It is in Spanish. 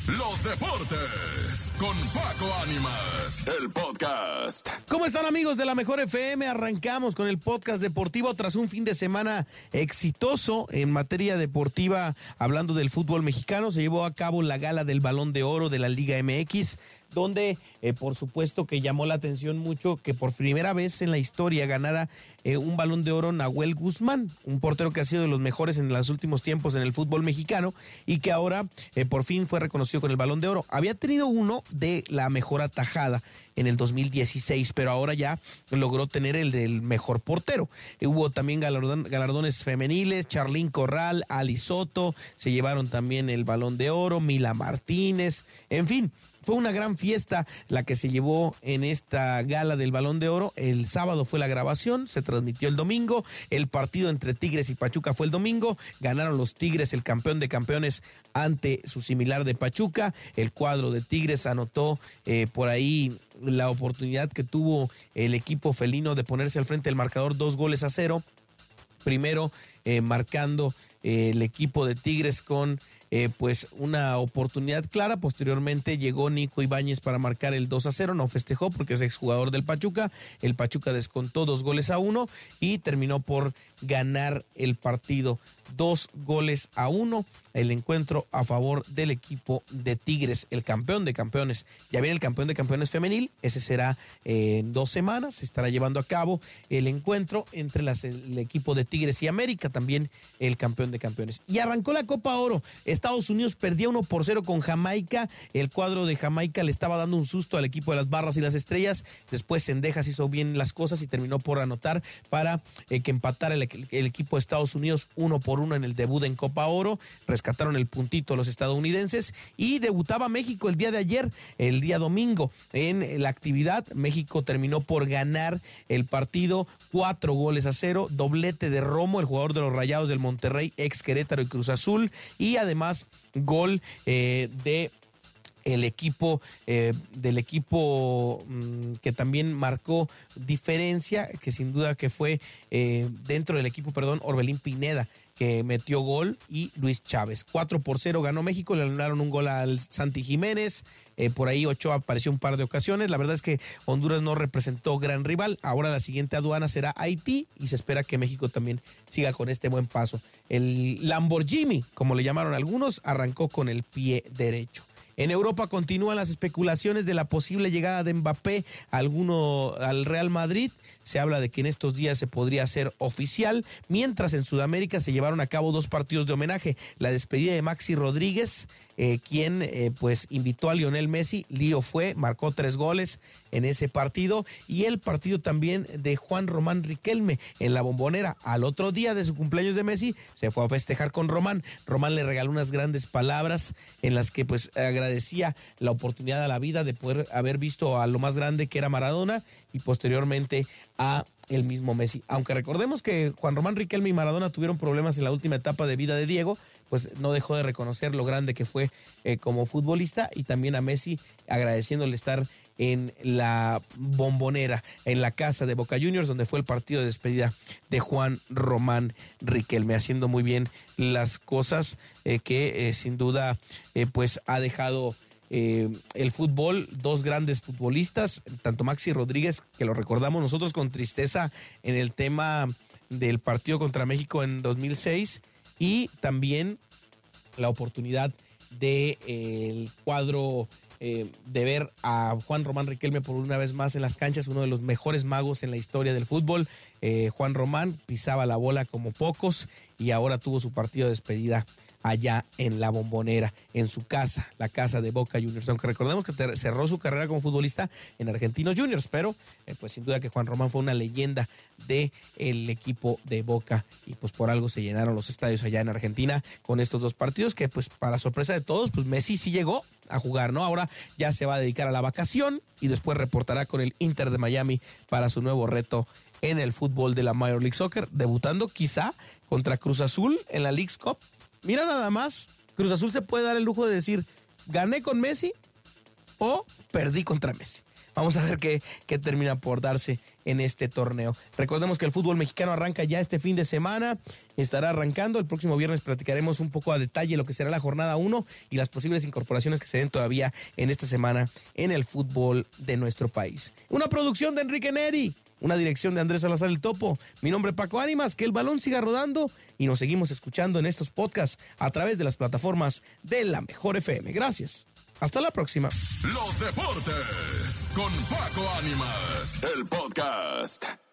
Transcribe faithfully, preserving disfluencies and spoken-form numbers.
los deportes con Paco Ánimas, el podcast. ¿Cómo están, amigos de la Mejor F M? Arrancamos con el podcast deportivo tras un fin de semana exitoso en materia deportiva. Hablando del fútbol mexicano, se llevó a cabo la gala del Balón de Oro de la Liga M X, donde eh, por supuesto que llamó la atención mucho que por primera vez en la historia ganara eh, un Balón de Oro Nahuel Guzmán, un portero que ha sido de los mejores en los últimos tiempos en el fútbol mexicano y que ahora eh, por fin fue reconocido con el Balón de Oro. Había tenido uno de la mejor atajada en el dos mil dieciséis, pero ahora ya logró tener el del mejor portero. Eh, hubo también galardón, galardones femeniles, Charlín Corral, Ali Soto, se llevaron también el Balón de Oro, Mila Martínez, en fin. Fue una gran fiesta la que se llevó en esta gala del Balón de Oro. El sábado fue la grabación, se transmitió el domingo. El partido entre Tigres y Pachuca fue el domingo. Ganaron los Tigres, el campeón de campeones, ante su similar de Pachuca. El cuadro de Tigres anotó eh, por ahí la oportunidad que tuvo el equipo felino de ponerse al frente del marcador dos goles a cero. Primero eh, marcando eh, el equipo de Tigres con eh, pues una oportunidad clara. Posteriormente llegó Nico Ibáñez para marcar el dos a cero. No festejó porque es exjugador del Pachuca. El Pachuca descontó dos goles a uno y terminó por ganar el partido dos goles a uno. El encuentro a favor del equipo de Tigres, el campeón de campeones. Ya viene el campeón de campeones femenil. Ese será eh, en dos semanas. Se estará llevando a cabo el encuentro entre las, el equipo de Tigres y América, también el campeón de campeones. Y arrancó la Copa Oro. Estados Unidos perdía uno por cero con Jamaica. El cuadro de Jamaica le estaba dando un susto al equipo de las Barras y las Estrellas. Después Cendejas hizo bien las cosas y terminó por anotar para eh, que empatara el, el equipo de Estados Unidos uno por uno en el debut en Copa Oro. Rescataron el puntito los estadounidenses y debutaba México el día de ayer, el día domingo. En la actividad, México terminó por ganar el partido cuatro goles a cero, doblete de Romo, el jugador de los Rayados del Monterrey, ex Querétaro y Cruz Azul, y además gol eh, de el equipo eh, del equipo mmm, que también marcó diferencia, que sin duda que fue eh, dentro del equipo, perdón, Orbelín Pineda, que metió gol, y Luis Chávez. cuatro por cero ganó México, le anularon un gol al Santi Jiménez, eh, por ahí Ochoa apareció un par de ocasiones. La verdad es que Honduras no representó gran rival. Ahora la siguiente aduana será Haití y se espera que México también siga con este buen paso. El Lamborghini, como le llamaron algunos, arrancó con el pie derecho. En Europa continúan las especulaciones de la posible llegada de Mbappé a alguno, al Real Madrid. Se habla de que en estos días se podría hacer oficial, mientras en Sudamérica se llevaron a cabo dos partidos de homenaje. La despedida de Maxi Rodríguez, eh, quien eh, pues invitó a Lionel Messi. Lío fue, marcó tres goles en ese partido, y el partido también de Juan Román Riquelme en la Bombonera. Al otro día de su cumpleaños de Messi, se fue a festejar con Román. Román le regaló unas grandes palabras en las que pues agradecía la oportunidad a la vida de poder haber visto a lo más grande que era Maradona y posteriormente a el mismo Messi. Aunque recordemos que Juan Román Riquelme y Maradona tuvieron problemas en la última etapa de vida de Diego, pues no dejó de reconocer lo grande que fue eh, como futbolista, y también a Messi agradeciéndole estar en la Bombonera, en la casa de Boca Juniors, donde fue el partido de despedida de Juan Román Riquelme, haciendo muy bien las cosas eh, que eh, sin duda eh, pues ha dejado Eh, el fútbol. Dos grandes futbolistas, tanto Maxi Rodríguez, que lo recordamos nosotros con tristeza en el tema del partido contra México en dos mil seis, y también la oportunidad de eh, el cuadro eh, de ver a Juan Román Riquelme por una vez más en las canchas, uno de los mejores magos en la historia del fútbol. eh, Juan Román pisaba la bola como pocos y ahora tuvo su partido de despedida allá en la Bombonera, en su casa, la casa de Boca Juniors. Aunque recordemos que ter- cerró su carrera como futbolista en Argentinos Juniors, pero eh, pues sin duda que Juan Román fue una leyenda del equipo de Boca, y pues por algo se llenaron los estadios allá en Argentina con estos dos partidos que pues para sorpresa de todos, pues Messi sí llegó a jugar, ¿no? Ahora ya se va a dedicar a la vacación y después reportará con el Inter de Miami para su nuevo reto en el fútbol de la Major League Soccer, debutando quizá contra Cruz Azul en la Leagues Cup. Mira nada más, Cruz Azul se puede dar el lujo de decir, gané con Messi o perdí contra Messi. vamos a ver qué, qué termina por darse en este torneo. Recordemos que el fútbol mexicano arranca ya este fin de semana, estará arrancando. El próximo viernes platicaremos un poco a detalle lo que será la jornada uno y las posibles incorporaciones que se den todavía en esta semana en el fútbol de nuestro país. Una producción de Enrique Neri, una dirección de Andrés Salazar el Topo. Mi nombre es Paco Ánimas, que el balón siga rodando y nos seguimos escuchando en estos podcasts a través de las plataformas de La Mejor F M. Gracias. Hasta la próxima. Los deportes con Paco Ánimas, el podcast.